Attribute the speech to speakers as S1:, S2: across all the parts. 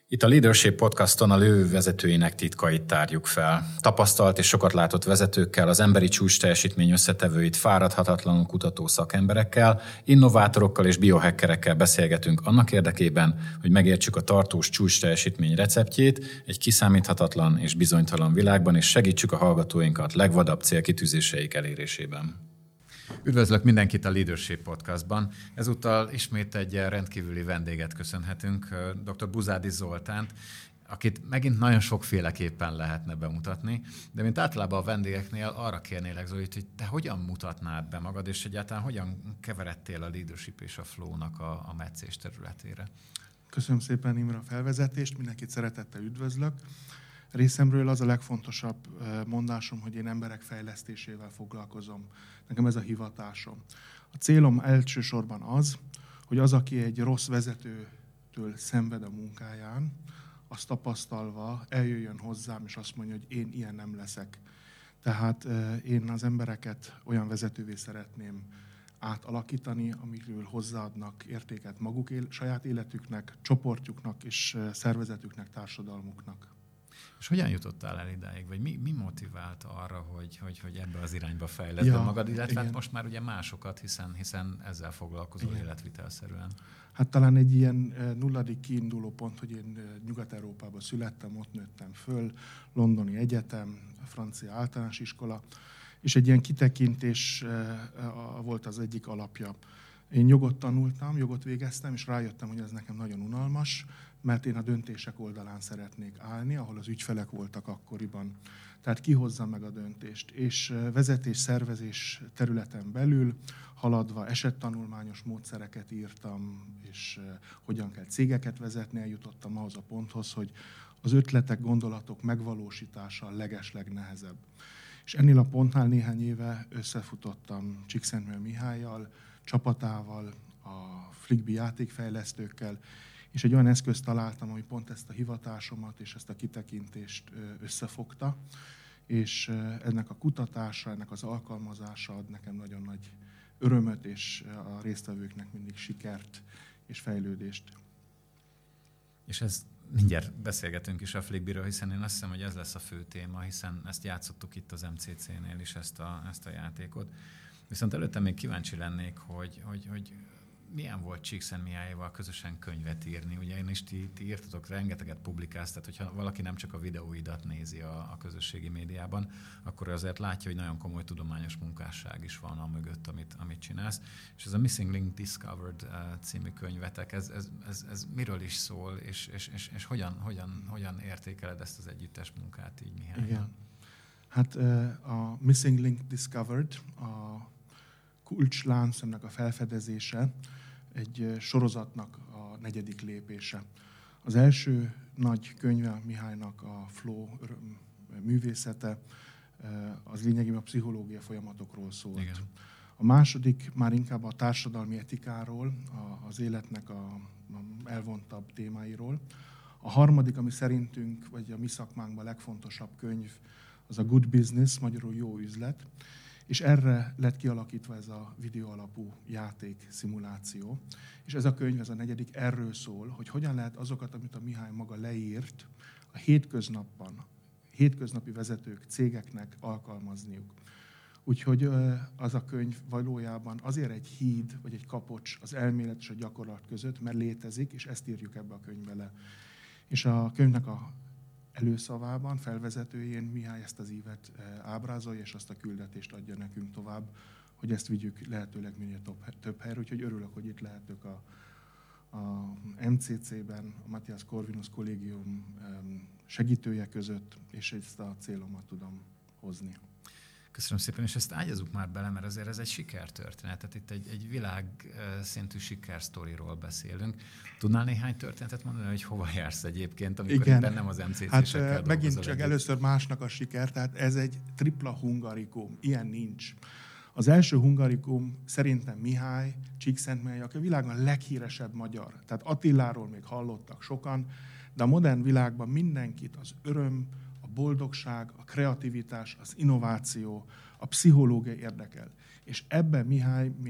S1: Itt a Leadership Podcaston a Lő vezetőinek titkait tárjuk fel. Tapasztalt és sokat látott vezetőkkel, az emberi csúcs teljesítmény összetevőit fáradhatatlanul kutató szakemberekkel, innovátorokkal és biohackerekkel beszélgetünk annak érdekében, hogy megértsük a tartós csúcs teljesítmény receptjét egy kiszámíthatatlan és bizonytalan világban, és segítsük a hallgatóinkat legvadabb célkitűzéseik elérésében. Üdvözlök mindenkit a Leadership Podcastban. Ezúttal ismét egy rendkívüli vendéget köszönhetünk, dr. Buzádi Zoltánt, akit megint nagyon sokféleképpen lehetne bemutatni, de mint általában a vendégeknél arra kérnélek, Zoli, hogy te hogyan mutatnád be magad, és egyáltalán hogyan keveredtél a leadership és a flow-nak a metszés területére?
S2: Köszönöm szépen, Imre, a felvezetést, mindenkit szeretettel üdvözlök. Részemről az a legfontosabb mondásom, hogy én emberek fejlesztésével foglalkozom. Nekem ez a hivatásom. A célom elsősorban az, hogy az, aki egy rossz vezetőtől szenved a munkáján, azt tapasztalva eljöjjön hozzám, és azt mondja, hogy én ilyen nem leszek. Tehát én az embereket olyan vezetővé szeretném átalakítani, amiről hozzáadnak értéket maguk saját életüknek, csoportjuknak és szervezetüknek, társadalmuknak.
S1: És hogyan jutottál el idáig? Vagy mi motivált arra, hogy ebbe az irányba fejleszd magad, illetve hát most már ugye másokat, hiszen ezzel foglalkozol életvitelszerűen?
S2: Hát talán egy ilyen nulladik kiinduló pont, hogy én Nyugat-Európában születtem, ott nőttem föl, Londoni Egyetem, francia általános iskola, és egy ilyen kitekintés volt az egyik alapja. Én jogot tanultam, jogot végeztem, és rájöttem, hogy ez nekem nagyon unalmas, mert én a döntések oldalán szeretnék állni, ahol az ügyfelek voltak akkoriban. Tehát ki hozza meg a döntést. És vezetés-szervezés területen belül haladva esettanulmányos módszereket írtam, és hogyan kell cégeket vezetni, eljutottam ahhoz a ponthoz, hogy az ötletek, gondolatok megvalósítása a legeslegnehezebb. És ennél a pontnál néhány éve összefutottam Csíkszentmihalyi Mihállyal, csapatával, a Flickby játékfejlesztőkkel, és egy olyan eszközt találtam, ami pont ezt a hivatásomat és ezt a kitekintést összefogta, és ennek a kutatása, ennek az alkalmazása ad nekem nagyon nagy örömöt, és a résztvevőknek mindig sikert és fejlődést.
S1: És ez mindjárt beszélgetünk is a Flickbyről, hiszen én azt hiszem, hogy ez lesz a fő téma, hiszen ezt játszottuk itt az MCC-nél is, ezt a játékot. Viszont előtte még kíváncsi lennék, hogy milyen volt Csíkszentmihalyival közösen könyvet írni. Ugye én is ti írtatok, rengeteget publikálsz, tehát hogyha valaki nem csak a videóidat nézi a közösségi médiában, akkor azért látja, hogy nagyon komoly tudományos munkásság is van a mögött, amit csinálsz. És ez a Missing Link Discovered című könyvetek, ez miről is szól, és hogyan értékeled ezt az együttes munkát így, Mihály?
S2: Igen. Hát a Missing Link Discovered, a kulcsláncemnek a felfedezése egy sorozatnak a 4. lépése. Az első nagy könyve Mihálynak, a Flow művészete, az lényegében a pszichológia folyamatokról szólt. Igen. A második már inkább a társadalmi etikáról, az életnek a elvontabb témáiról. A harmadik, ami szerintünk, vagy a mi szakmánkban legfontosabb könyv, az a Good Business, magyarul jó üzlet, és erre lett kialakítva ez a videó alapú játék szimuláció. És ez a könyv, ez a 4. erről szól, hogy hogyan lehet azokat, amit a Mihály maga leírt, a hétköznapi vezetők, cégeknek alkalmazniuk. Úgyhogy az a könyv valójában azért egy híd, vagy egy kapocs az elmélet és a gyakorlat között, mert létezik, és ezt írjuk ebbe a könyvbe le. És a könyvnek a előszavában, felvezetőjén Mihály ezt az ívet ábrázolja, és azt a küldetést adja nekünk tovább, hogy ezt vigyük lehetőleg minél több helyre. Úgyhogy örülök, hogy itt lehetök a MCC-ben, a Matthias Corvinus Kollégium segítője között, és ezt a célomat tudom hozni.
S1: Köszönöm szépen, és ezt ágyazunk már bele, mert azért ez egy sikertörténet, tehát itt egy világszintű sikersztoriról beszélünk. Tudnál néhány történetet mondani, hogy hova jársz egyébként, amikor éppen nem az MCC-sekkel dolgozol?
S2: Megint csak először másnak a siker, tehát ez egy tripla hungarikum, ilyen nincs. Az első hungarikum szerintem Mihály, Csíkszentmihalyi, aki a világon a leghíresebb magyar. Tehát Attiláról még hallottak sokan, de a modern világban mindenkit az öröm, a boldogság, a kreativitás, az innováció, a pszichológia érdekel. És ebben Mihály, mint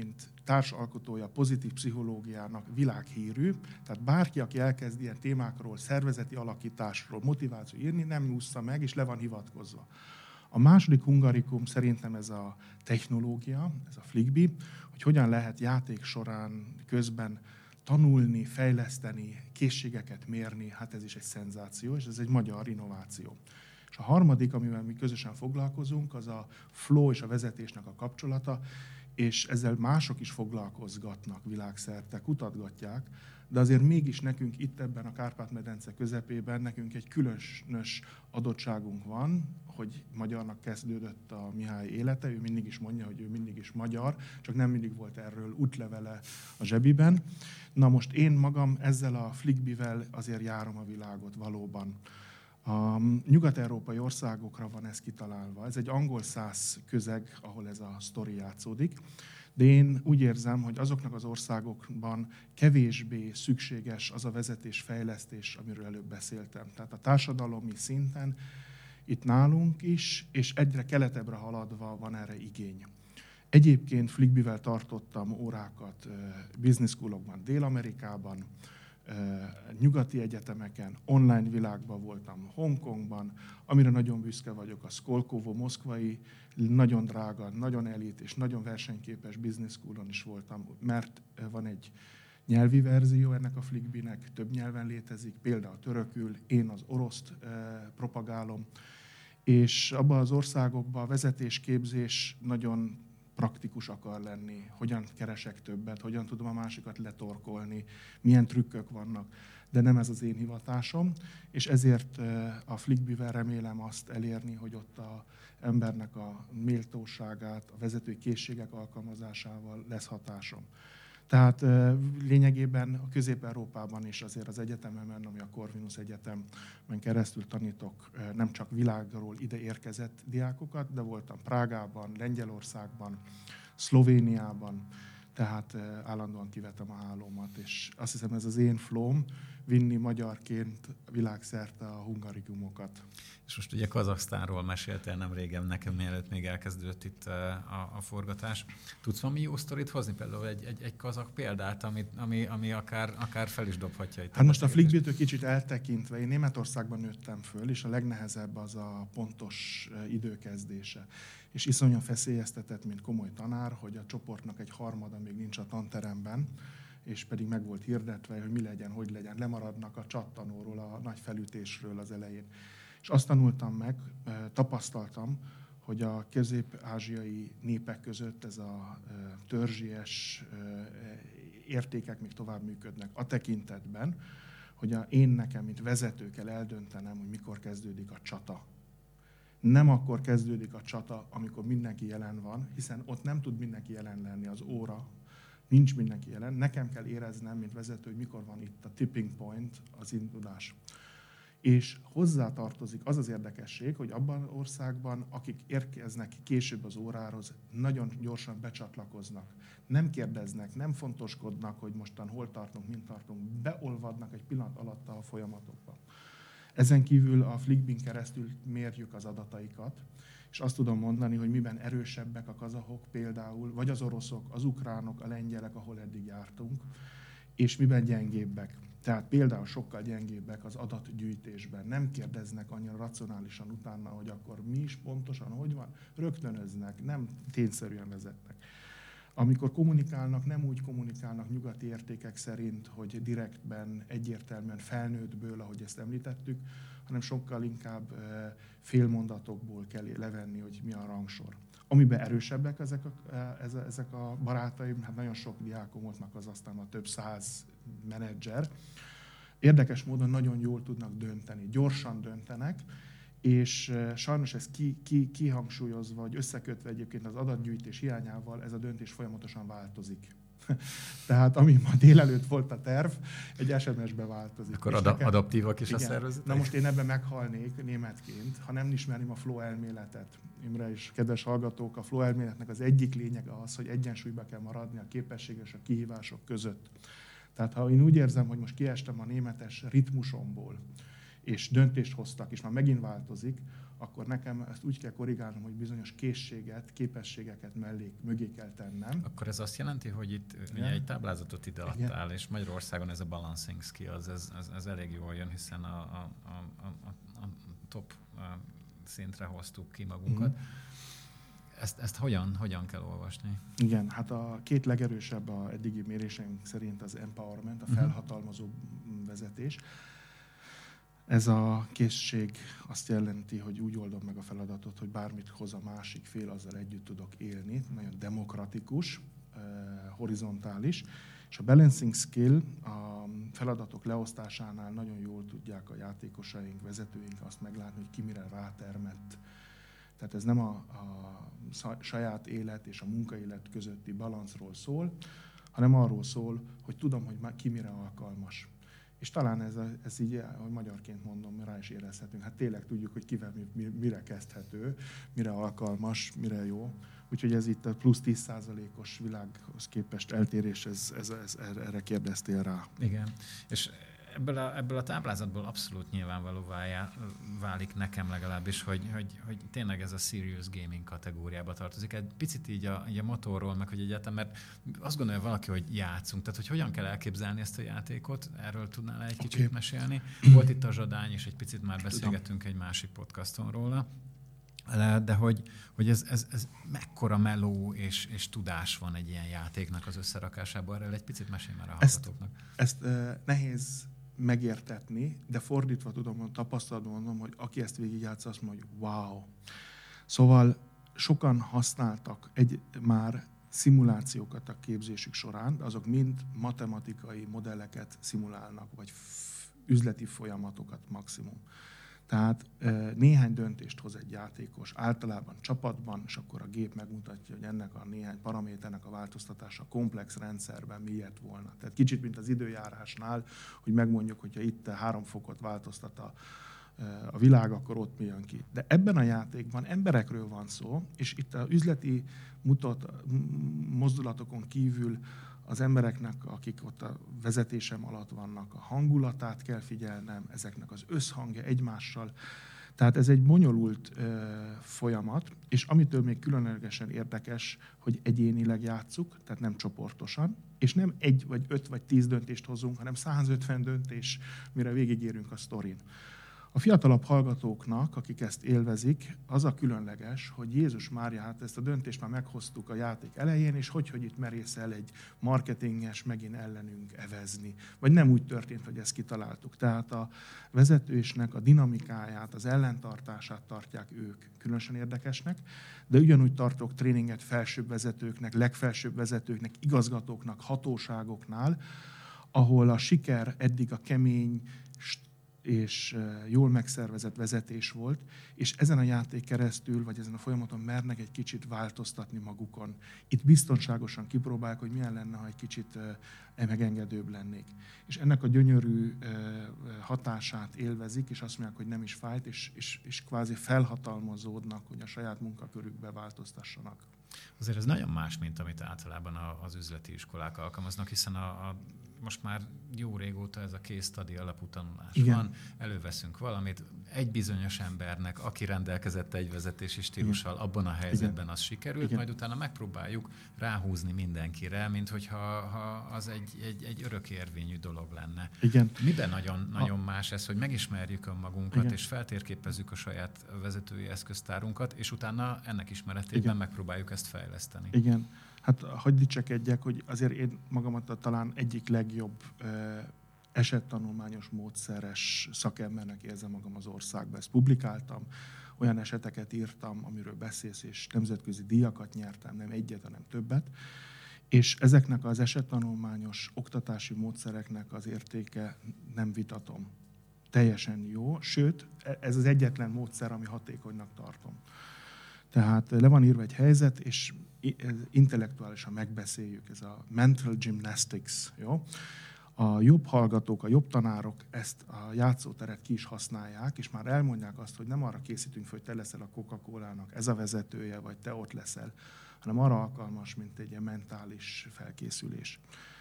S2: társalkotója a pozitív pszichológiának világhírű, tehát bárki, aki elkezd ilyen témákról, szervezeti alakításról, motiváció írni, nem ússza meg, és le van hivatkozva. A második hungarikum szerintem ez a technológia, ez a Flickby, hogy hogyan lehet játék során közben tanulni, fejleszteni, készségeket mérni, hát ez is egy szenzáció, és ez egy magyar innováció. És a harmadik, amivel mi közösen foglalkozunk, az a flow és a vezetésnek a kapcsolata, és ezzel mások is foglalkozgatnak világszerte, kutatgatják, de azért mégis nekünk itt ebben a Kárpát-medence közepében nekünk egy különös adottságunk van, hogy magyarnak kezdődött a Mihály élete, ő mindig is mondja, hogy ő mindig is magyar, csak nem mindig volt erről útlevele a zsebiben. Na most én magam ezzel a Flickbyvel azért járom a világot valóban. A nyugat-európai országokra van ez kitalálva. Ez egy angol száz közeg, ahol ez a sztori játszódik. De én úgy érzem, hogy azoknak az országokban kevésbé szükséges az a vezetésfejlesztés, amiről előbb beszéltem. Tehát a társadalmi szinten itt nálunk is, és egyre keletebbre haladva van erre igény. Egyébként Flickbyvel tartottam órákat business schoolokban Dél-Amerikában, nyugati egyetemeken, online világban voltam Hongkongban, amire nagyon büszke vagyok, a Skolkovo moszkvai, nagyon drága, nagyon elit és nagyon versenyképes business schoolon is voltam, mert van egy nyelvi verzió ennek a Flickbynek, több nyelven létezik, például törökül, én az oroszt propagálom, és abban az országokban a vezetésképzés nagyon praktikus akar lenni, hogyan keresek többet, hogyan tudom a másikat letorkolni, milyen trükkök vannak, de nem ez az én hivatásom, és ezért a Flickbyvel remélem azt elérni, hogy ott az embernek a méltóságát, a vezetői készségek alkalmazásával lesz hatásom. Tehát lényegében a Közép-Európában is azért az egyetememen, ami a Corvinus Egyetemen keresztül tanítok, nem csak világról ide érkezett diákokat, de voltam Prágában, Lengyelországban, Szlovéniában, tehát állandóan kivetem a hálómat, és azt hiszem ez az én flóm, vinni magyarként világszerte a hungarikumokat.
S1: És most ugye Kazaksztánról meséltél nem régen nekem, mielőtt még elkezdődött itt a forgatás. Tudsz valami jó sztorit hozni? Például egy kazak példát, ami akár fel is dobhatja itt?
S2: Hát most a Flickbytől kicsit eltekintve, én Németországban nőttem föl, és a legnehezebb az a pontos időkezdése. És iszonyan feszélyeztetett, mint komoly tanár, hogy a csoportnak egy harmada még nincs a tanteremben, és pedig meg volt hirdetve, hogy mi legyen, hogy legyen. Lemaradnak a csattanóról, a nagy felütésről az elején. És azt tanultam meg, tapasztaltam, hogy a közép-ázsiai népek között ez a törzsies értékek még tovább működnek a tekintetben, hogy nekem, mint vezető kell eldöntenem, hogy mikor kezdődik a csata. Nem akkor kezdődik a csata, amikor mindenki jelen van, hiszen ott nem tud mindenki jelen lenni, az óra, nincs mindenki jelen. Nekem kell éreznem, mint vezető, hogy mikor van itt a tipping point, az indulás. És hozzátartozik az az érdekesség, hogy abban az országban, akik érkeznek később az órához, nagyon gyorsan becsatlakoznak. Nem kérdeznek, nem fontoskodnak, hogy mostan hol tartunk, mint tartunk. Beolvadnak egy pillanat alatt a folyamatokba. Ezen kívül a Flickbyn keresztül mérjük az adataikat, és azt tudom mondani, hogy miben erősebbek a kazahok például, vagy az oroszok, az ukránok, a lengyelek, ahol eddig jártunk, és miben gyengébbek. Tehát például sokkal gyengébbek az adatgyűjtésben. Nem kérdeznek annyira racionálisan utána, hogy akkor mi is pontosan, hogy van. Rögtönöznek, nem tényszerűen vezetnek. Amikor kommunikálnak, nem úgy kommunikálnak nyugati értékek szerint, hogy direktben, egyértelműen felnőttből, ahogy ezt említettük, hanem sokkal inkább félmondatokból kell levenni, hogy mi a rangsor. Amiben erősebbek ezek a barátaim, hát nagyon sok diákom volt aztán több száz menedzser. Érdekes módon nagyon jól tudnak dönteni, gyorsan döntenek, és sajnos ez kihangsúlyozva, vagy összekötve egyébként az adatgyűjtés hiányával, ez a döntés folyamatosan változik. Tehát ami ma délelőtt volt a terv, egy SMS-be változik.
S1: Akkor adaptívak is a szervezetek?
S2: Na most én ebben meghalnék németként, ha nem ismerem a flow elméletet. Imre és kedves hallgatók, a flow elméletnek az egyik lényege az, hogy egyensúlyba kell maradni a képességek és a kihívások között. Tehát ha én úgy érzem, hogy most kiestem a németes ritmusomból, és döntést hoztak, és már megint változik, akkor nekem ezt úgy kell korrigálnom, hogy bizonyos készséget, képességeket mögé kell tennem.
S1: Akkor ez azt jelenti, hogy itt ugye egy táblázatot ide adtál, és Magyarországon ez a balancing skills, ez elég jól jön, hiszen a top szintre hoztuk ki magunkat. Ezt hogyan kell olvasni?
S2: Igen, hát a két legerősebb a eddigi méréseink szerint az empowerment, a felhatalmazó vezetés. Ez a készség azt jelenti, hogy úgy oldom meg a feladatot, hogy bármit hoz a másik fél, azzal együtt tudok élni. Nagyon demokratikus, horizontális. És a balancing skill a feladatok leosztásánál nagyon jól tudják a játékosaink, vezetőink azt meglátni, hogy ki mire rátermett. Tehát ez nem a saját élet és a munkaélet közötti balanszról szól, hanem arról szól, hogy tudom, hogy ki mire alkalmas. És talán ez így, ahogy magyarként mondom, rá is érezhetünk. Hát tényleg tudjuk, hogy kivel mire kezdhető, mire alkalmas, mire jó. Úgyhogy ez itt a plusz 10%-os világhoz képest eltérés, erre kérdeztél rá.
S1: Igen, és ebből a táblázatból abszolút nyilvánvalóvá válik nekem legalábbis, hogy tényleg ez a serious gaming kategóriába tartozik. Egy picit így a motorról, meg hogy egyáltalán, mert azt gondolja valaki, hogy játszunk. Tehát, hogy hogyan kell elképzelni ezt a játékot, erről tudnál egy kicsit mesélni. Volt itt a Zsadány, és egy picit már beszélgettünk egy másik podcaston róla. De hogy ez mekkora meló és tudás van egy ilyen játéknak az összerakásában, erről egy picit mesélj már a hallgatóknak.
S2: Ezt nehéz megértetni, de fordítva tudom, tapasztalatban mondom, hogy aki ezt végigjátsza, azt mondja, hogy wow. Szóval sokan használtak már szimulációkat a képzésük során, de azok mind matematikai modelleket szimulálnak, vagy üzleti folyamatokat maximum. Tehát néhány döntést hoz egy játékos, általában csapatban, és akkor a gép megmutatja, hogy ennek a néhány paraméternek a változtatása komplex rendszerben miért volna. Tehát kicsit, mint az időjárásnál, hogy megmondjuk, hogyha itt 3 fokot változtat a világ, akkor ott mi jön ki. De ebben a játékban emberekről van szó, és itt az üzleti mozdulatokon kívül az embereknek, akik ott a vezetésem alatt vannak, a hangulatát kell figyelnem, ezeknek az összhangja egymással. Tehát ez egy bonyolult folyamat, és amitől még különlegesen érdekes, hogy egyénileg játsszuk, tehát nem csoportosan, és nem 1 vagy 5 vagy 10 döntést hozunk, hanem 150 döntés, mire végigérünk a sztorin. A fiatalabb hallgatóknak, akik ezt élvezik, az a különleges, hogy Jézus Mária, hát ezt a döntést már meghoztuk a játék elején, és hogy itt merészel egy marketinges megint ellenünk evezni. Vagy nem úgy történt, hogy ezt kitaláltuk. Tehát a vezetősnek a dinamikáját, az ellentartását tartják ők különösen érdekesnek, de ugyanúgy tartok tréninget felsőbb vezetőknek, legfelsőbb vezetőknek, igazgatóknak, hatóságoknál, ahol a siker eddig a kemény, és jól megszervezett vezetés volt, és ezen a játék keresztül, vagy ezen a folyamaton mernek egy kicsit változtatni magukon. Itt biztonságosan kipróbálják, hogy milyen lenne, ha egy kicsit megengedőbb lennék. És ennek a gyönyörű hatását élvezik, és azt mondják, hogy nem is fájt, és kvázi felhatalmazódnak, hogy a saját munkakörükbe változtassanak.
S1: Azért ez nagyon más, mint amit általában az üzleti iskolák alkalmaznak, hiszen most már jó régóta ez a case study alapú tanulás van, előveszünk valamit, egy bizonyos embernek, aki rendelkezett egy vezetési stílussal, abban a helyzetben az sikerült, majd utána megpróbáljuk ráhúzni mindenkire, mint hogyha az egy örökérvényű dolog lenne.
S2: Igen.
S1: Miben nagyon más ez, hogy megismerjük önmagunkat, és feltérképezzük a saját vezetői eszköztárunkat, és utána ennek ismeretében megpróbáljuk ezt fejleszteni.
S2: Igen. Hát hadd dicsekedjek, hogy azért én magamat talán egyik legjobb esettanulmányos módszeres szakembernek érzem magam az országban. Ezt publikáltam, olyan eseteket írtam, amiről beszélsz, és nemzetközi díjakat nyertem, nem egyet, hanem többet. És ezeknek az esettanulmányos oktatási módszereknek az értéke nem vitatom. Teljesen jó, sőt, ez az egyetlen módszer, ami hatékonynak tartom. Tehát le van írva egy helyzet, és intellektuálisan megbeszéljük, ez a mental gymnastics, jó? A jobb hallgatók, a jobb tanárok ezt a játszóteret ki is használják, és már elmondják azt, hogy nem arra készítünk fel, hogy te leszel a Coca-Colának, ez a vezetője, vagy te ott leszel, hanem arra alkalmas, mint egy ilyen mentális felkészülés.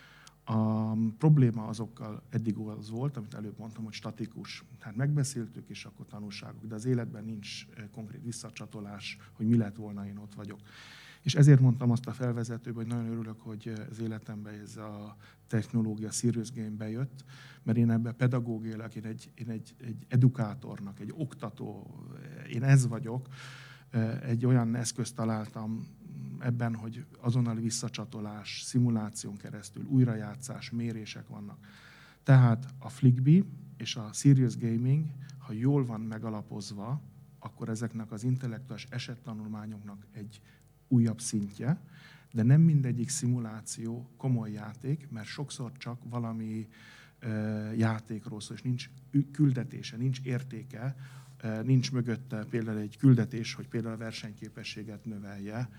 S2: A probléma azokkal eddig az volt, amit előbb mondtam, hogy statikus. Tehát megbeszéltük, és akkor tanulságok, de az életben nincs konkrét visszacsatolás, hogy mi lett volna, én ott vagyok. És ezért mondtam azt a felvezetőben, hogy nagyon örülök, hogy az életemben ez a technológia, serious game bejött, mert én ebben pedagógiailag, én egy edukátornak, egy oktató, én ez vagyok, egy olyan eszközt találtam ebben, hogy azonnali visszacsatolás, szimuláción keresztül, újrajátszás, mérések vannak. Tehát a Flickbee és a Serious Gaming, ha jól van megalapozva, akkor ezeknek az intellektuális esettanulmányoknak egy újabb szintje, de nem mindegyik szimuláció komoly játék, mert sokszor csak valami játékról szól, és nincs küldetése, nincs értéke, nincs mögötte például egy küldetés, hogy például a versenyképességet növelje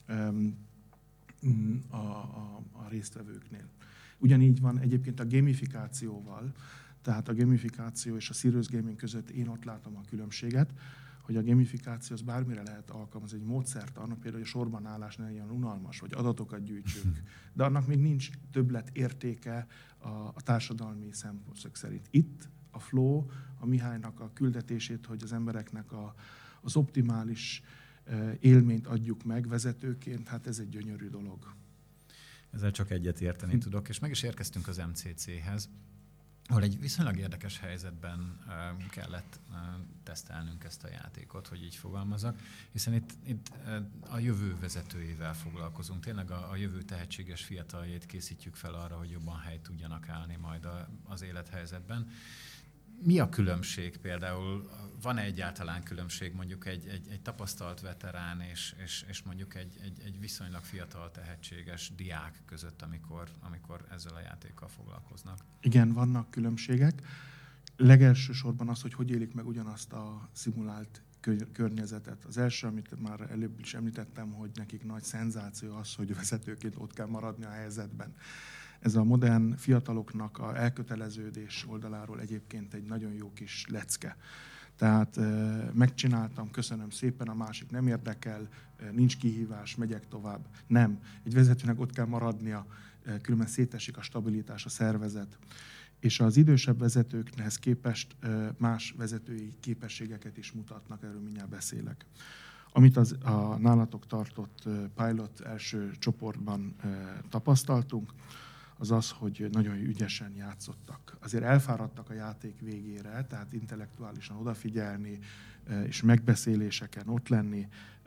S2: a résztvevőknél. Ugyanígy van egyébként a gamifikációval, tehát a gamifikáció és a serious gaming között én ott látom a különbséget, hogy a gamifikáció az bármire lehet alkalmazni, egy módszertan, például, hogy a sorban állás ne legyen unalmas, vagy adatokat gyűjtsünk, de annak még nincs többlet értéke a társadalmi szempontok szerint. Itt a flow, a Mihálynak a küldetését, hogy az embereknek az optimális élményt adjuk meg vezetőként, hát ez egy gyönyörű dolog.
S1: Ezzel csak egyet érteni tudok, és meg is érkeztünk az MCC-hez, ahol egy viszonylag érdekes helyzetben kellett tesztelnünk ezt a játékot, hogy így fogalmazok, hiszen itt a jövő vezetőivel foglalkozunk. Tényleg a jövő tehetséges fiataljait készítjük fel arra, hogy jobban helyt tudjanak állni majd az élethelyzetben. Mi a különbség például? Van-e egyáltalán különbség mondjuk egy tapasztalt veterán és mondjuk egy viszonylag fiatal tehetséges diák között, amikor ezzel a játékkal foglalkoznak?
S2: Igen, vannak különbségek. Legelsősorban az, hogy élik meg ugyanazt a szimulált környezetet. Az első, amit már előbb is említettem, hogy nekik nagy szenzáció az, hogy vezetőként ott kell maradni a helyzetben. Ez a modern fiataloknak a elköteleződés oldaláról egyébként egy nagyon jó kis lecke. Tehát megcsináltam, köszönöm szépen, a másik nem érdekel, nincs kihívás, megyek tovább. Nem. Egy vezetőnek ott kell maradnia, különben szétesik a stabilitás, a szervezet. És az idősebb vezetőkhez képest más vezetői képességeket is mutatnak, erről mindjárt beszélek. Amit a nálatok tartott pilot első csoportban tapasztaltunk, az az, hogy nagyon ügyesen játszottak. Azért elfáradtak a játék végére, tehát intellektuálisan odafigyelni, és megbeszéléseken ott lenni,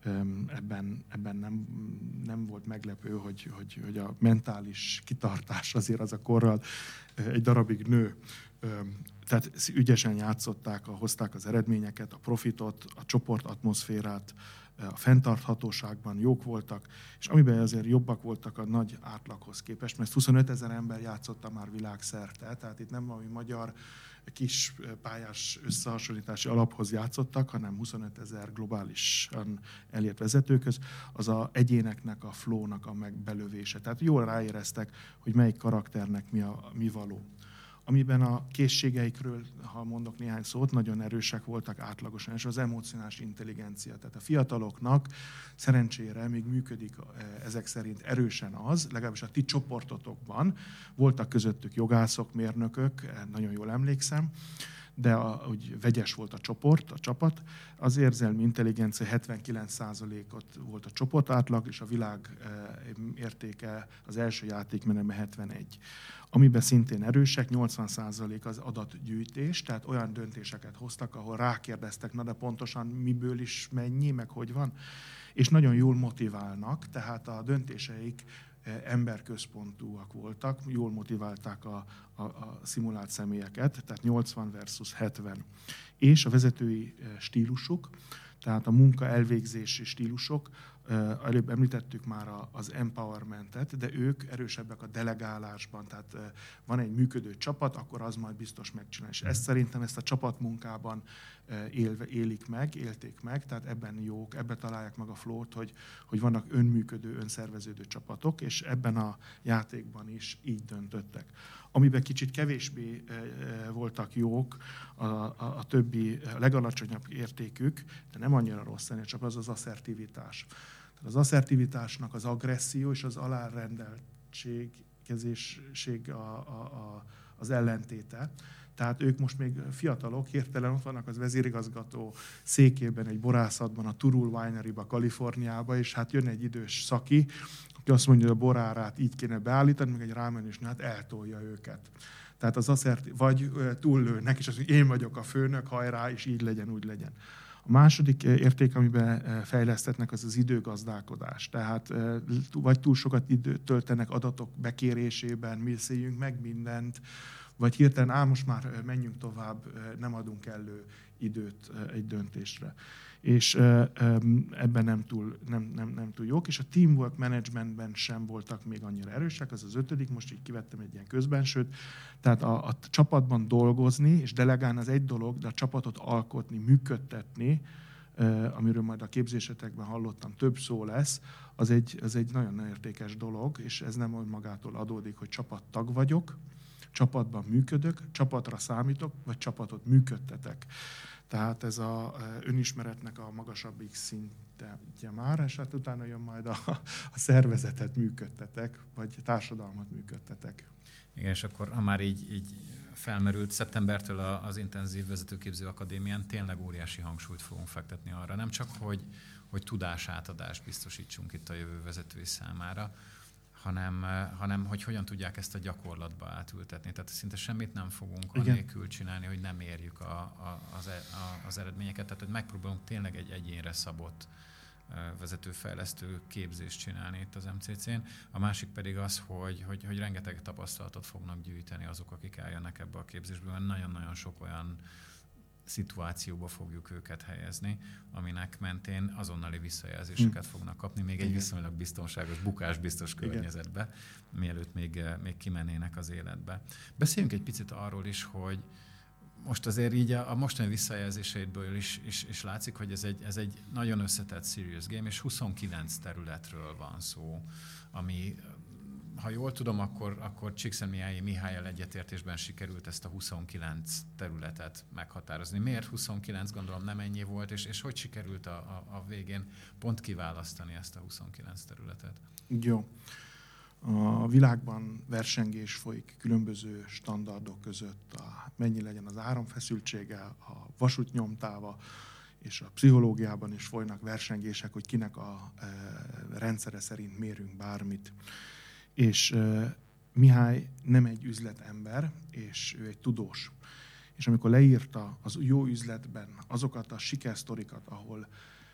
S2: ebben nem volt meglepő, hogy a mentális kitartás azért az a korral egy darabig nő. Tehát ügyesen játszották, hozták az eredményeket, a profitot, a csoportatmoszférát, a fenntarthatóságban jók voltak, és amiben azért jobbak voltak a nagy átlaghoz képest, mert 25 000 ember játszotta már világszerte, tehát itt nem valami magyar kis pályás összehasonlítási alaphoz játszottak, hanem 25 000 globálisan elért vezetőköz, az az egyéneknek, a flow-nak a megbelövése. Tehát jól ráéreztek, hogy melyik karakternek mi való. Amiben a készségeikről, ha mondok néhány szót, nagyon erősek voltak átlagosan, és az emocionális intelligencia. Tehát a fiataloknak szerencsére még működik ezek szerint erősen az, legalábbis a ti csoportotokban voltak közöttük jogászok, mérnökök, nagyon jól emlékszem, de úgy vegyes volt a csapat, az érzelmi intelligencia 79%-ot volt a csoport átlag, és a világ értéke az első játékmenemben 71. Amiben szintén erősek, 80% az adatgyűjtés, tehát olyan döntéseket hoztak, ahol rákérdeztek, na de pontosan miből is mennyi, meg hogy van, és nagyon jól motiválnak, tehát a döntéseik emberközpontúak voltak, jól motiválták a szimulált személyeket, tehát 80 versus 70. És a vezetői stílusuk, tehát a munka elvégzési stílusok, előbb említettük már az empowermentet, de ők erősebbek a delegálásban, tehát van egy működő csapat, akkor az majd biztos megcsinál. És szerintem ezt a csapatmunkában élték meg, tehát ebben jók, ebben találják meg a flow-t, hogy vannak önműködő, önszerveződő csapatok, és ebben a játékban is így döntöttek. Amiben kicsit kevésbé voltak jók, a többi, a legalacsonyabb értékük, de nem annyira rossz ennél, csak az asszertivitás. Az asszertivitásnak az agresszió és az alárendeltség ítélkezésség az ellentéte. Tehát ők most még fiatalok, hirtelen ott vannak az vezérigazgató székében, egy borászatban, a Turul Winery-ba, Kaliforniába, és hát jön egy idős szaki, aki azt mondja, hogy a borárát így kéne beállítani, meg egy rámenős, hát eltolja őket. Tehát az vagy túllőnek, és azt mondja, én vagyok a főnök, hajrá, és így legyen, úgy legyen. A második érték, amiben fejlesztetnek, az az időgazdálkodás. Tehát vagy túl sokat időt töltenek adatok bekérésében, mi széljünk meg mindent, vagy hirtelen, most már menjünk tovább, nem adunk elő időt egy döntésre. És ebben nem túl jók, és a teamwork managementben sem voltak még annyira erősek, az az 5., most így kivettem egy ilyen közbensőt. Tehát a csapatban dolgozni és delegálni az egy dolog, de a csapatot alkotni, működtetni, amiről majd a képzésetekben hallottam, több szó lesz, az egy nagyon értékes dolog, és ez nem magától adódik, hogy csapattag vagyok, csapatban működök, csapatra számítok, vagy csapatot működtetek. Tehát ez az önismeretnek a magasabbik szintje már, és hát utána jön majd a szervezetet működtetek, vagy társadalmat működtetek.
S1: Igen, és akkor ha már így felmerült, szeptembertől az Intenzív Vezetőképző Akadémián tényleg óriási hangsúlyt fogunk fektetni arra, nem csak, hogy tudásátadást biztosítsunk itt a jövő vezetői számára, hanem hogy hogyan tudják ezt a gyakorlatba átültetni. Tehát szinte semmit nem fogunk anélkül csinálni, hogy nem érjük az eredményeket. Tehát hogy megpróbálunk tényleg egy egyénre szabott vezetőfejlesztő képzést csinálni itt az MCC-n. A másik pedig az, hogy rengeteg tapasztalatot fognak gyűjteni azok, akik eljönnek ebbe a képzésbe, mert nagyon-nagyon sok olyan szituációba fogjuk őket helyezni, aminek mentén azonnali visszajelzéseket fognak kapni, még egy viszonylag biztonságos, bukásbiztos környezetbe, mielőtt még kimennének az életbe. Beszéljünk egy picit arról is, hogy most azért így a mostani visszajelzéseidből is látszik, hogy ez egy nagyon összetett serious game, és 29 területről van szó, ami, ha jól tudom, akkor Csíkszentmihályi Mihályal egyetértésben sikerült ezt a 29 területet meghatározni. Miért 29, gondolom nem ennyi volt, és hogy sikerült a végén pont kiválasztani ezt a 29 területet?
S2: Jó. A világban versengés folyik különböző standardok között, mennyi legyen az áramfeszültsége, a vasútnyomtáva, és a pszichológiában is folynak versengések, hogy kinek a rendszere szerint mérünk bármit. És Mihály nem egy üzletember, és ő egy tudós. És amikor leírta az jó üzletben azokat a sikersztorikat, ahol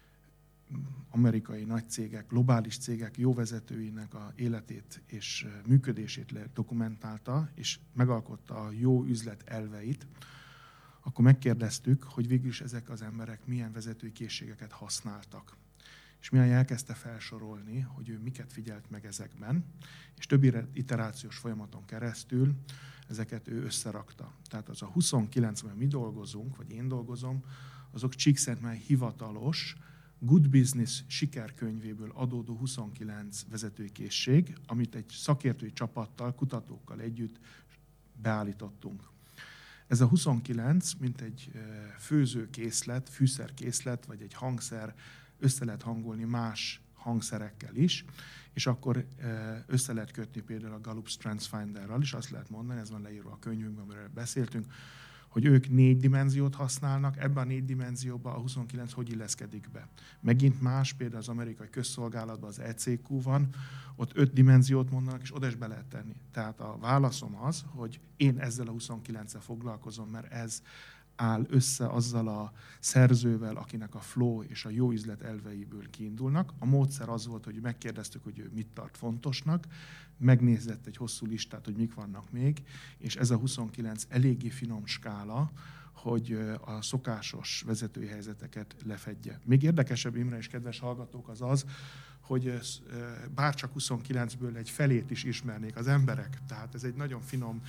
S2: amerikai nagy cégek, globális cégek jó vezetőinek a életét és működését dokumentálta, és megalkotta a jó üzlet elveit, akkor megkérdeztük, hogy végül is ezek az emberek milyen vezetői készségeket használtak. És Mihály elkezdte felsorolni, hogy ő miket figyelt meg ezekben, és több iterációs folyamaton keresztül ezeket ő összerakta. Tehát az a 29, amiben mi dolgozunk, vagy én dolgozom, azok Csíkszentmihalyi hivatalos Good Business sikerkönyvéből adódó 29 vezetői készség, amit egy szakértői csapattal, kutatókkal együtt beállítottunk. Ez a 29, mint egy főzőkészlet, fűszerkészlet, vagy egy hangszer, össze lehet hangolni más hangszerekkel is, és akkor össze lehet kötni például a Gallup StrengthsFinder-ral is, azt lehet mondani, ez van leírva a könyvünkben, amiről beszéltünk, hogy ők 4 dimenziót használnak, ebben a 4 dimenzióban a 29 hogy illeszkedik be. Megint más, például az amerikai közszolgálatban az ECQ van, ott 5 dimenziót mondanak, és oda is be lehet tenni. Tehát a válaszom az, hogy én ezzel a 29-el foglalkozom, mert ez áll össze azzal a szerzővel, akinek a flow és a jó üzlet elveiből kiindulnak. A módszer az volt, hogy megkérdeztük, hogy ő mit tart fontosnak, megnézett egy hosszú listát, hogy mik vannak még, és ez a 29 eléggé finom skála, hogy a szokásos vezetői helyzeteket lefedje. Még érdekesebb, Imre és kedves hallgatók, az, hogy bárcsak 29-ből egy felét is ismernék az emberek. Tehát ez egy nagyon finom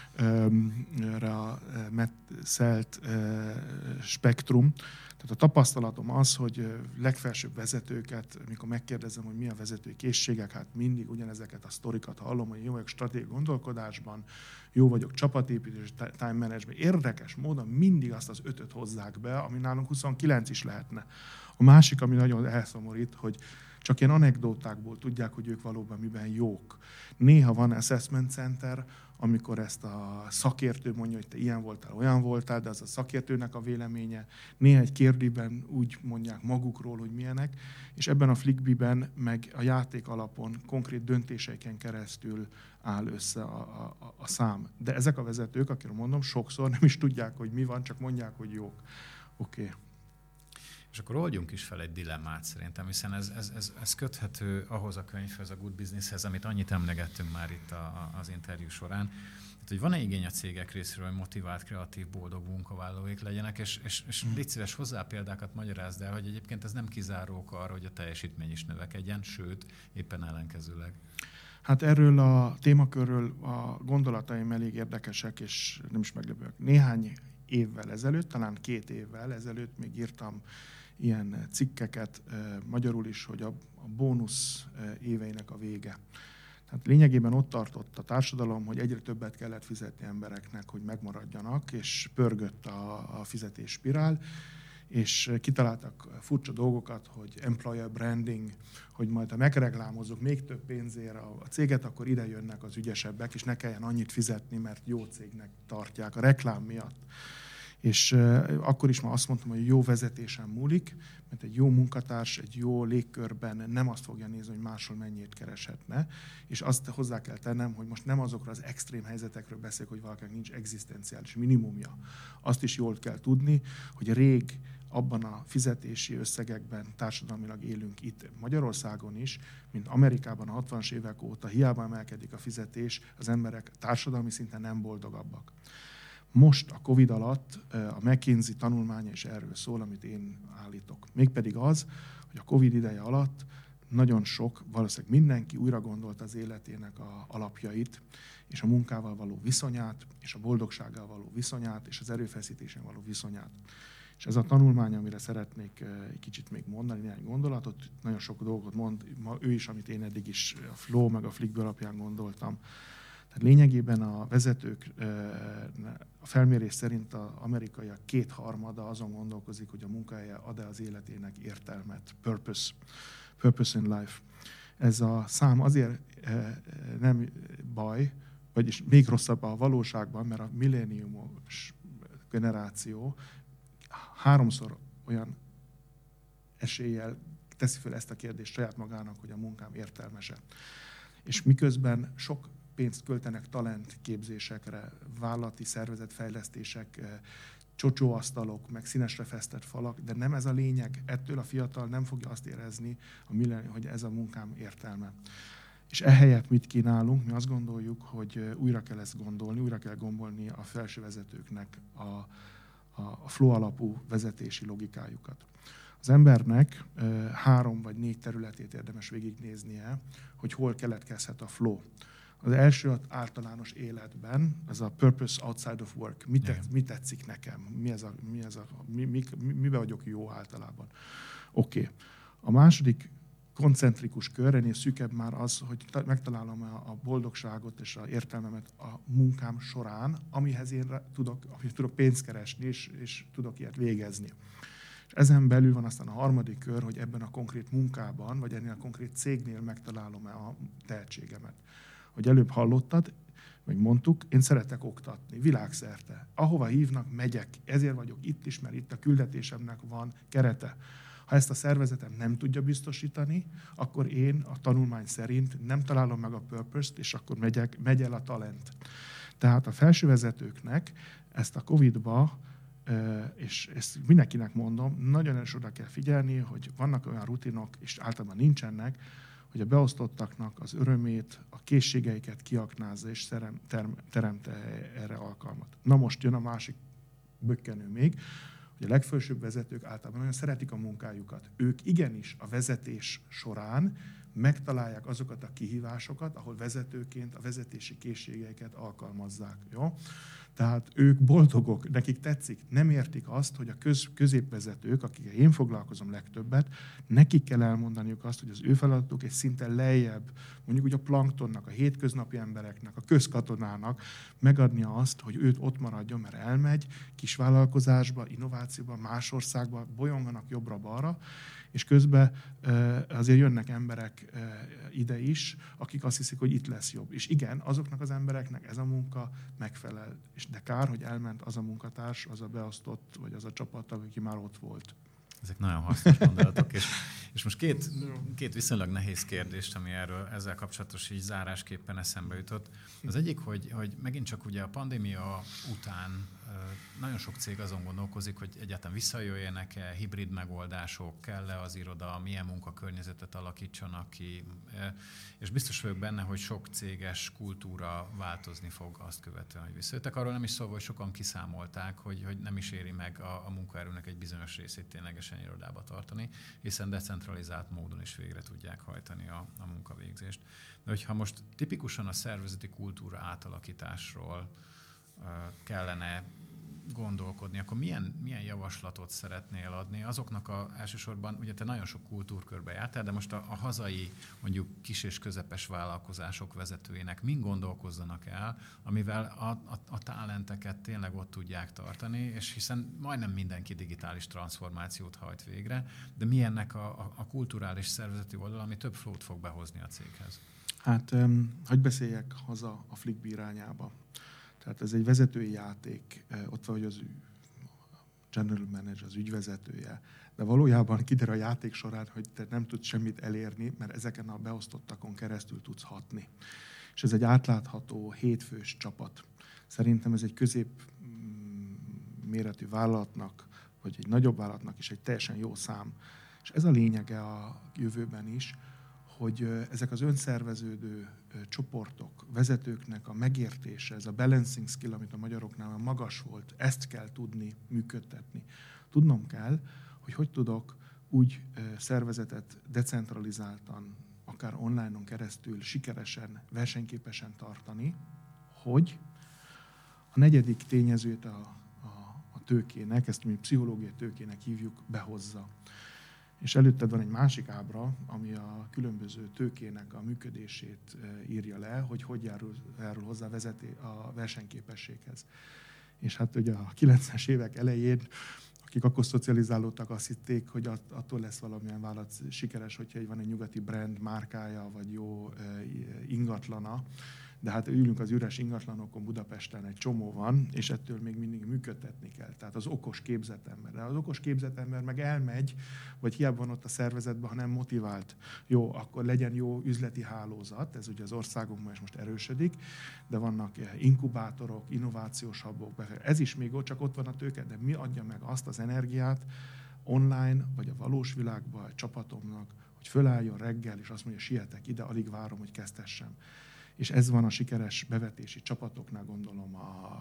S2: metszelt spektrum. Tehát a tapasztalatom az, hogy legfelsőbb vezetőket, amikor megkérdezem, hogy mi a vezetői készségek, hát mindig ugyanezeket a sztorikat hallom, hogy jó vagyok stratégiai gondolkodásban, jó vagyok csapatépítés, time management. Érdekes módon mindig azt az 5-öt hozzák be, ami nálunk 29 is lehetne. A másik, ami nagyon elszomorít, hogy csak ilyen anekdótákból tudják, hogy ők valóban miben jók. Néha van assessment center, amikor ezt a szakértő mondja, hogy te ilyen voltál, olyan voltál, de az a szakértőnek a véleménye. Néha egy kérdőben úgy mondják magukról, hogy milyenek, és ebben a Flickbee-ben meg a játék alapon, konkrét döntéseiken keresztül áll össze a szám. De ezek a vezetők, akiről mondom, sokszor nem is tudják, hogy mi van, csak mondják, hogy jók. Oké.
S1: És akkor oldjunk is fel egy dilemmát szerintem, hiszen ez köthető ahhoz a könyvhöz, a Good Businesshez, amit annyit emlegettünk már itt az interjú során. Tehát, hogy van-e igény a cégek részéről, hogy motivált, kreatív, boldog munkavállalóik legyenek, és légy szíves hozzá példákat magyarázd el, hogy egyébként ez nem kizáró ok arra, hogy a teljesítmény is növekedjen, sőt, éppen ellenkezőleg.
S2: Hát erről a témakörről a gondolataim elég érdekesek, és nem is meglepőek. Néhány évvel ezelőtt, talán 2 évvel ezelőtt még írtam ilyen cikkeket magyarul is, hogy a bónusz éveinek a vége. Tehát lényegében ott tartott a társadalom, hogy egyre többet kellett fizetni embereknek, hogy megmaradjanak, és pörgött a fizetésspirál, és kitaláltak furcsa dolgokat, hogy employer branding, hogy majd ha megreklámozzuk még több pénzért a céget, akkor ide jönnek az ügyesebbek, és ne kelljen annyit fizetni, mert jó cégnek tartják a reklám miatt. És akkor is már azt mondtam, hogy jó vezetésen múlik, mert egy jó munkatárs egy jó légkörben nem azt fogja nézni, hogy máshol mennyit kereshetne, és azt hozzá kell tennem, hogy most nem azokra az extrém helyzetekről beszélek, hogy valakinek nincs egzisztenciális minimumja. Azt is jól kell tudni, hogy rég abban a fizetési összegekben társadalmilag élünk itt Magyarországon is, mint Amerikában a 60-as évek óta, hiába emelkedik a fizetés, az emberek társadalmi szinten nem boldogabbak. Most a Covid alatt a McKinsey tanulmánya is erről szól, amit én állítok. Mégpedig az, hogy a Covid ideje alatt nagyon sok, valószínűleg mindenki újra gondolta az életének a alapjait, és a munkával való viszonyát, és a boldogsággal való viszonyát, és az erőfeszítésen való viszonyát. És ez a tanulmány, amire szeretnék egy kicsit még mondani, néhány gondolatot, nagyon sok dolgot mond, ő is, amit én eddig is a Flow meg a Flickbee alapján gondoltam. Tehát lényegében a vezetők, a felmérés szerint az amerikaiak 2/3 azon gondolkozik, hogy a munkahelye ad-e az életének értelmet, purpose in life. Ez a szám azért nem baj, vagyis még rosszabb a valóságban, mert a millenniumos generáció 3-szor olyan eséllyel teszi fel ezt a kérdést saját magának, hogy a munkám értelmese. És miközben sok pénzt költenek talentképzésekre, vállalati szervezetfejlesztések, csocsóasztalok, meg színesre festett falak, de nem ez a lényeg. Ettől a fiatal nem fogja azt érezni, hogy ez a munkám értelme. És ehelyett mit kínálunk? Mi azt gondoljuk, hogy újra kell ezt gondolni, újra kell gombolni a felső vezetőknek a flow alapú vezetési logikájukat. Az embernek 3 vagy 4 területét érdemes végignéznie, hogy hol keletkezhet a flow. Az első az általános életben, ez a purpose outside of work. Mi tetszik nekem? Miben vagyok jó általában? Oké. A második koncentrikus kör, ennél szűkebb már az, hogy megtalálom a boldogságot és az értelmemet a munkám során, amihez én tudok pénzt keresni, és tudok ilyet végezni. És ezen belül van aztán a harmadik kör, hogy ebben a konkrét munkában, vagy ennél a konkrét cégnél megtalálom-e a tehetségemet. Hogy előbb hallottad, vagy mondtuk, én szeretek oktatni, világszerte. Ahova hívnak, megyek. Ezért vagyok itt is, mert itt a küldetésemnek van kerete. Ha ezt a szervezetem nem tudja biztosítani, akkor én a tanulmány szerint nem találom meg a purpose-t, és akkor megy el a talent. Tehát a felsővezetőknek ezt a Covid-ba, és ezt mindenkinek mondom, nagyon is oda kell figyelni, hogy vannak olyan rutinok, és általában nincsenek, hogy a beosztottaknak az örömét, a készségeiket kiaknázza, és teremte erre alkalmat. Na most jön a másik bökkenő még, hogy a legfelsőbb vezetők általában nagyon szeretik a munkájukat. Ők igenis a vezetés során megtalálják azokat a kihívásokat, ahol vezetőként a vezetési készségeiket alkalmazzák. Jó? Tehát ők boldogok, nekik tetszik, nem értik azt, hogy a középvezetők, akikkel én foglalkozom legtöbbet, nekik kell elmondaniuk azt, hogy az ő feladatuk egy szinten lejjebb, mondjuk úgy a planktonnak, a hétköznapi embereknek, a közkatonának megadnia azt, hogy őt ott maradjon, mert elmegy kisvállalkozásba, innovációba, más országba, bolyonganak jobbra-balra, és közben azért jönnek emberek ide is, akik azt hiszik, hogy itt lesz jobb. És igen, azoknak az embereknek ez a munka megfelel. De kár, hogy elment az a munkatárs, az a beosztott, vagy az a csapattag, aki már ott volt.
S1: Ezek nagyon hasznos gondolatok, és most két viszonylag nehéz kérdést, ami ezzel kapcsolatos így zárásképpen eszembe jutott. Az egyik, hogy megint csak ugye a pandémia után nagyon sok cég azon gondolkozik, hogy egyáltalán visszajöjjenek-e hibrid megoldások, kell-e az iroda, milyen munkakörnyezetet alakítsanak ki, és biztos vagyok benne, hogy sok céges kultúra változni fog azt követően, hogy visszajöttek. Arról nem is szólva, hogy sokan kiszámolták, hogy nem is éri meg a munkaerőnek egy bizonyos részét ténylegesen irodába tartani, hiszen decentralizált módon is végre tudják hajtani a munkavégzést. De hogyha most tipikusan a szervezeti kultúra átalakításról kellene gondolkodni, akkor milyen javaslatot szeretnél adni azoknak elsősorban, ugye te nagyon sok kultúrkörbe jártál, de most a hazai mondjuk kis és közepes vállalkozások vezetőinek mind gondolkozzanak el, amivel a talenteket tényleg ott tudják tartani, és hiszen majdnem mindenki digitális transformációt hajt végre, de mi ennek a kulturális szervezeti oldal, ami több flót fog behozni a céghez?
S2: Hát, hadd beszéljek haza a Flickby irányába. Tehát ez egy vezetői játék, ott van, hogy az general manager, az ügyvezetője, de valójában kiderül a játék során, hogy te nem tudsz semmit elérni, mert ezeken a beosztottakon keresztül tudsz hatni. És ez egy átlátható, hétfős csapat. Szerintem ez egy közép méretű vállalatnak, vagy egy nagyobb vállalatnak is egy teljesen jó szám. És ez a lényege a jövőben is, hogy ezek az önszerveződő csoportok, vezetőknek a megértése, ez a balancing skill, amit a magyaroknál magas volt, ezt kell tudni működtetni. Tudnom kell, hogy tudok úgy szervezetet decentralizáltan, akár online-on keresztül sikeresen, versenyképesen tartani, hogy a negyedik tényezőt a tőkének, ezt mi pszichológiai tőkének hívjuk, behozza. És előtted van egy másik ábra, ami a különböző tőkének a működését írja le, hogy járul hozzá a versenyképességhez. És hát ugye a 90-es évek elején, akik akkor szocializálódtak, azt hitték, hogy attól lesz valamilyen vállalat sikeres, hogyha van egy nyugati brand márkája, vagy jó ingatlana. De hát ülünk az üres ingatlanokon, Budapesten egy csomó van, és ettől még mindig működtetni kell. Tehát az okos képzett ember. De az okos képzett ember meg elmegy, vagy hiába van ott a szervezetben, hanem motivált. Jó, akkor legyen jó üzleti hálózat, ez ugye az országunkban is most erősödik, de vannak inkubátorok, innovációs hubok, ez is még ott, csak ott van a tőke, de mi adja meg azt az energiát online, vagy a valós világban a csapatomnak, hogy fölálljon reggel, és azt mondja, sietek ide, alig várom, hogy kezdhessem. És ez van a sikeres bevetési csapatoknál, gondolom a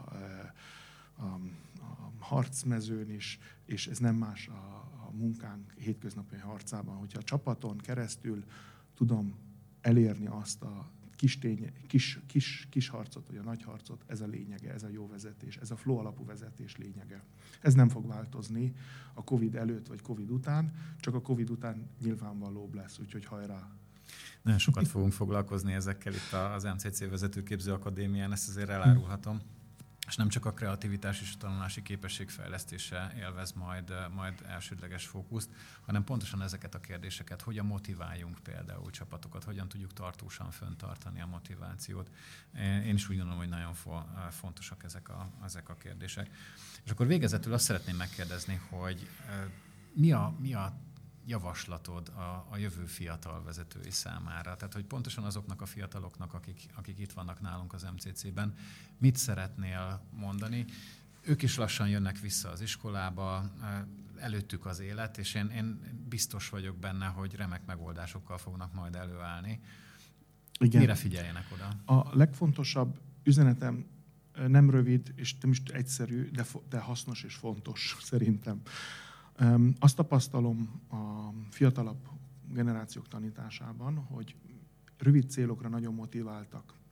S2: harcmezőn is, és ez nem más a munkánk hétköznapi harcában, hogyha a csapaton keresztül tudom elérni azt a kis harcot, vagy a nagy harcot, ez a lényege, ez a jó vezetés, ez a flow alapú vezetés lényege. Ez nem fog változni a Covid előtt vagy Covid után, csak a Covid után nyilvánvalóbb lesz, úgyhogy hajrá!
S1: Nagyon sokat fogunk foglalkozni ezekkel itt az MCC Vezetőképző Akadémián, ezt azért elárulhatom. És nem csak a kreativitás és a tanulási képesség fejlesztése élvez majd elsődleges fókuszt, hanem pontosan ezeket a kérdéseket, hogyan motiváljunk például csapatokat, hogyan tudjuk tartósan fenntartani a motivációt. Én is úgy gondolom, hogy nagyon fontosak ezek a kérdések. És akkor végezetül azt szeretném megkérdezni, hogy mi a javaslatod a jövő fiatal vezetői számára? Tehát, hogy pontosan azoknak a fiataloknak, akik itt vannak nálunk az MCC-ben, mit szeretnél mondani? Ők is lassan jönnek vissza az iskolába, előttük az élet, és én biztos vagyok benne, hogy remek megoldásokkal fognak majd előállni. Igen. Mire figyeljenek oda?
S2: A legfontosabb üzenetem nem rövid, és nem is egyszerű, de hasznos és fontos szerintem. Azt tapasztalom a fiatalabb generációk tanításában, hogy rövid célokra nagyon motiváltak,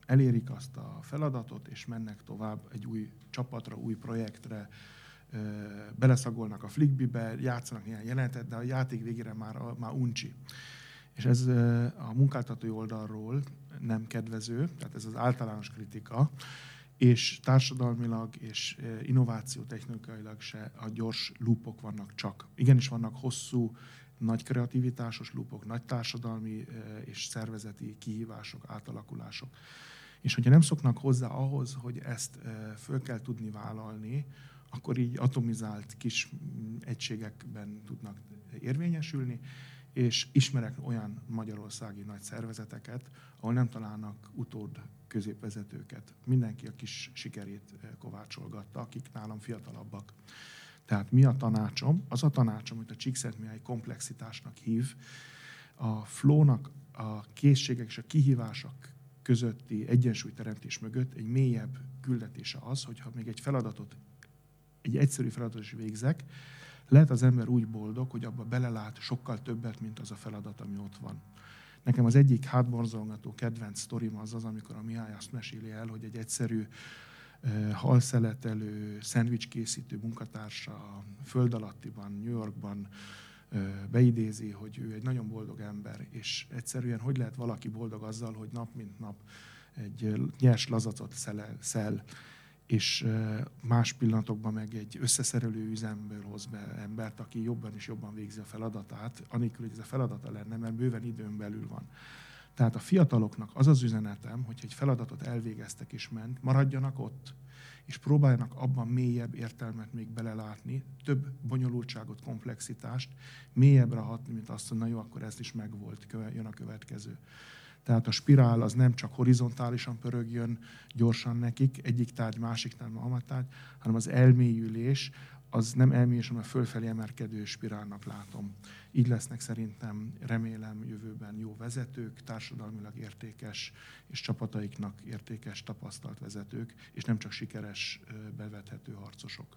S2: elérik azt a feladatot, és mennek tovább egy új csapatra, új projektre, beleszagolnak a Flickbibe, játszanak néhány jelenetet, de a játék végére már uncsi. És ez a munkáltatói oldalról nem kedvező, tehát ez az általános kritika, és társadalmilag és innovációtechnikailag se a gyors loopok vannak csak. Igenis vannak hosszú, nagy kreativitásos loopok, nagy társadalmi és szervezeti kihívások, átalakulások. És hogyha nem szoknak hozzá ahhoz, hogy ezt föl kell tudni vállalni, akkor így atomizált kis egységekben tudnak érvényesülni, és ismerek olyan magyarországi nagy szervezeteket, ahol nem találnak utód középvezetőket. Mindenki a kis sikerét kovácsolgatta, akik nálam fiatalabbak. Tehát mi a tanácsom? Az a tanácsom, amit a Csíkszentmihalyi komplexitásnak hív, a flow-nak a készségek és a kihívások közötti egyensúlyteremtés mögött egy mélyebb küldetése az, hogyha még egy egyszerű feladatot is végzek, lehet az ember úgy boldog, hogy abba belelát sokkal többet, mint az a feladat, ami ott van. Nekem az egyik hátborzongató kedvenc sztorim az, amikor a Mihály azt meséli el, hogy egy egyszerű halszeletelő, szendvicskészítő munkatársa a föld alattiban, New Yorkban beidézi, hogy ő egy nagyon boldog ember, és egyszerűen hogy lehet valaki boldog azzal, hogy nap mint nap egy nyers lazacot szel, és más pillanatokban meg egy összeszerelő üzemből hoz be embert, aki jobban és jobban végzi a feladatát, anélkül, hogy ez a feladata lenne, mert bőven időn belül van. Tehát a fiataloknak az az üzenetem, hogy egy feladatot elvégeztek és ment, maradjanak ott, és próbáljanak abban mélyebb értelmet még belelátni, több bonyolultságot, komplexitást, mélyebbre hatni, mint azt, hogy na jó, akkor ez is megvolt, jön a következő. Tehát a spirál az nem csak horizontálisan pörögjön gyorsan nekik, egyik tárgy, másik tárgy, hanem az elmélyülés, az nem elmélyülés, hanem a fölfelé emelkedő spirálnak látom. Így lesznek szerintem, remélem jövőben jó vezetők, társadalmilag értékes és csapataiknak értékes, tapasztalt vezetők, és nem csak sikeres, bevethető harcosok.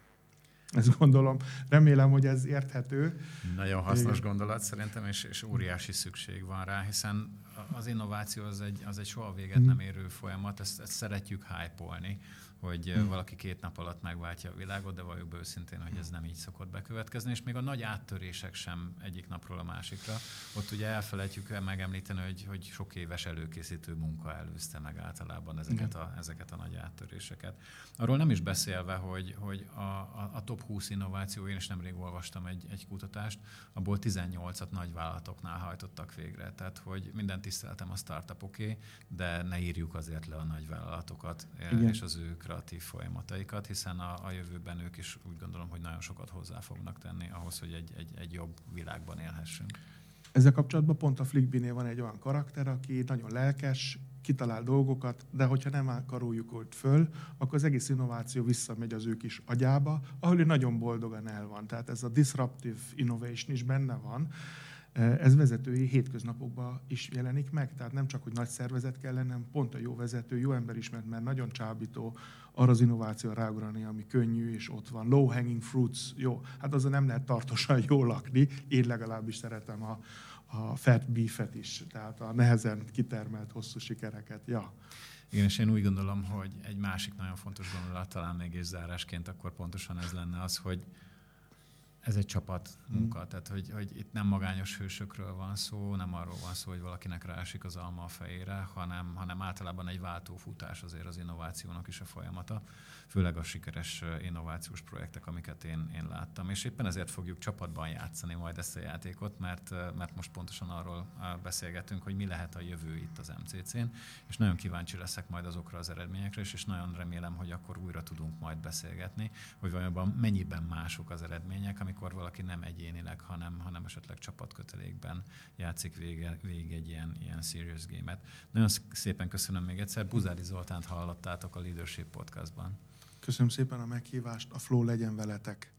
S2: Ezt gondolom, remélem, hogy ez érthető.
S1: Nagyon hasznos gondolat szerintem, és óriási szükség van rá, hiszen az innováció az egy soha véget nem érő folyamat, ezt szeretjük hype-olni, hogy valaki 2 nap alatt megváltja a világot, de valljuk be őszintén, hogy ez nem így szokott bekövetkezni, és még a nagy áttörések sem egyik napról a másikra. Ott ugye elfelejtjük megemlíteni, hogy sok éves előkészítő munka előzte meg általában ezeket a nagy áttöréseket. Arról nem is beszélve, hogy a top 20 innováció, én is nemrég olvastam egy kutatást, abból 18-at nagy vállalatoknál hajtottak végre. Tehát, hogy minden tiszteltem a startupoké, de ne írjuk azért le a nagy vállalatokat, és az ő kreatív folyamataikat, hiszen a jövőben ők is úgy gondolom, hogy nagyon sokat hozzá fognak tenni ahhoz, hogy egy jobb világban élhessünk.
S2: Ezzel kapcsolatban pont a Flickbinél van egy olyan karakter, aki nagyon lelkes, kitalál dolgokat, de hogyha nem karoljuk ott föl, akkor az egész innováció visszamegy az ő kis agyába, ahol ő nagyon boldogan el van. Tehát ez a disruptive innovation is benne van. Ez vezetői hétköznapokban is jelenik meg, tehát nem csak, hogy nagy szervezet kell lennem, pont a jó vezető, jó emberismert, mert nagyon csábító arra az innovációra ráugrani, ami könnyű, és ott van. Low hanging fruits, jó, hát azon nem lehet tartósan jól lakni, én legalábbis szeretem a fat beefet is, tehát a nehezen kitermelt hosszú sikereket, ja.
S1: Igen, és én úgy gondolom, hogy egy másik nagyon fontos gondolat, talán még és zárásként akkor pontosan ez lenne az, hogy ez egy csapatmunka, tehát hogy itt nem magányos hősökről van szó, nem arról van szó, hogy valakinek ráesik az alma a fejére, hanem általában egy váltófutás azért az innovációnak is a folyamata, főleg a sikeres innovációs projektek, amiket én láttam. És éppen ezért fogjuk csapatban játszani majd ezt a játékot, mert most pontosan arról beszélgetünk, hogy mi lehet a jövő itt az MCC-n, és nagyon kíváncsi leszek majd azokra az eredményekre, és nagyon remélem, hogy akkor újra tudunk majd beszélgetni, hogy valójában mennyiben mások az eredmények, amikor valaki nem egyénileg, hanem esetleg csapatkötelékben játszik végig egy ilyen serious game-et. Nagyon szépen köszönöm még egyszer. Buzári Zoltánt hallottátok a Leadership Podcastban.
S2: Köszönöm szépen a meghívást, a flow legyen veletek.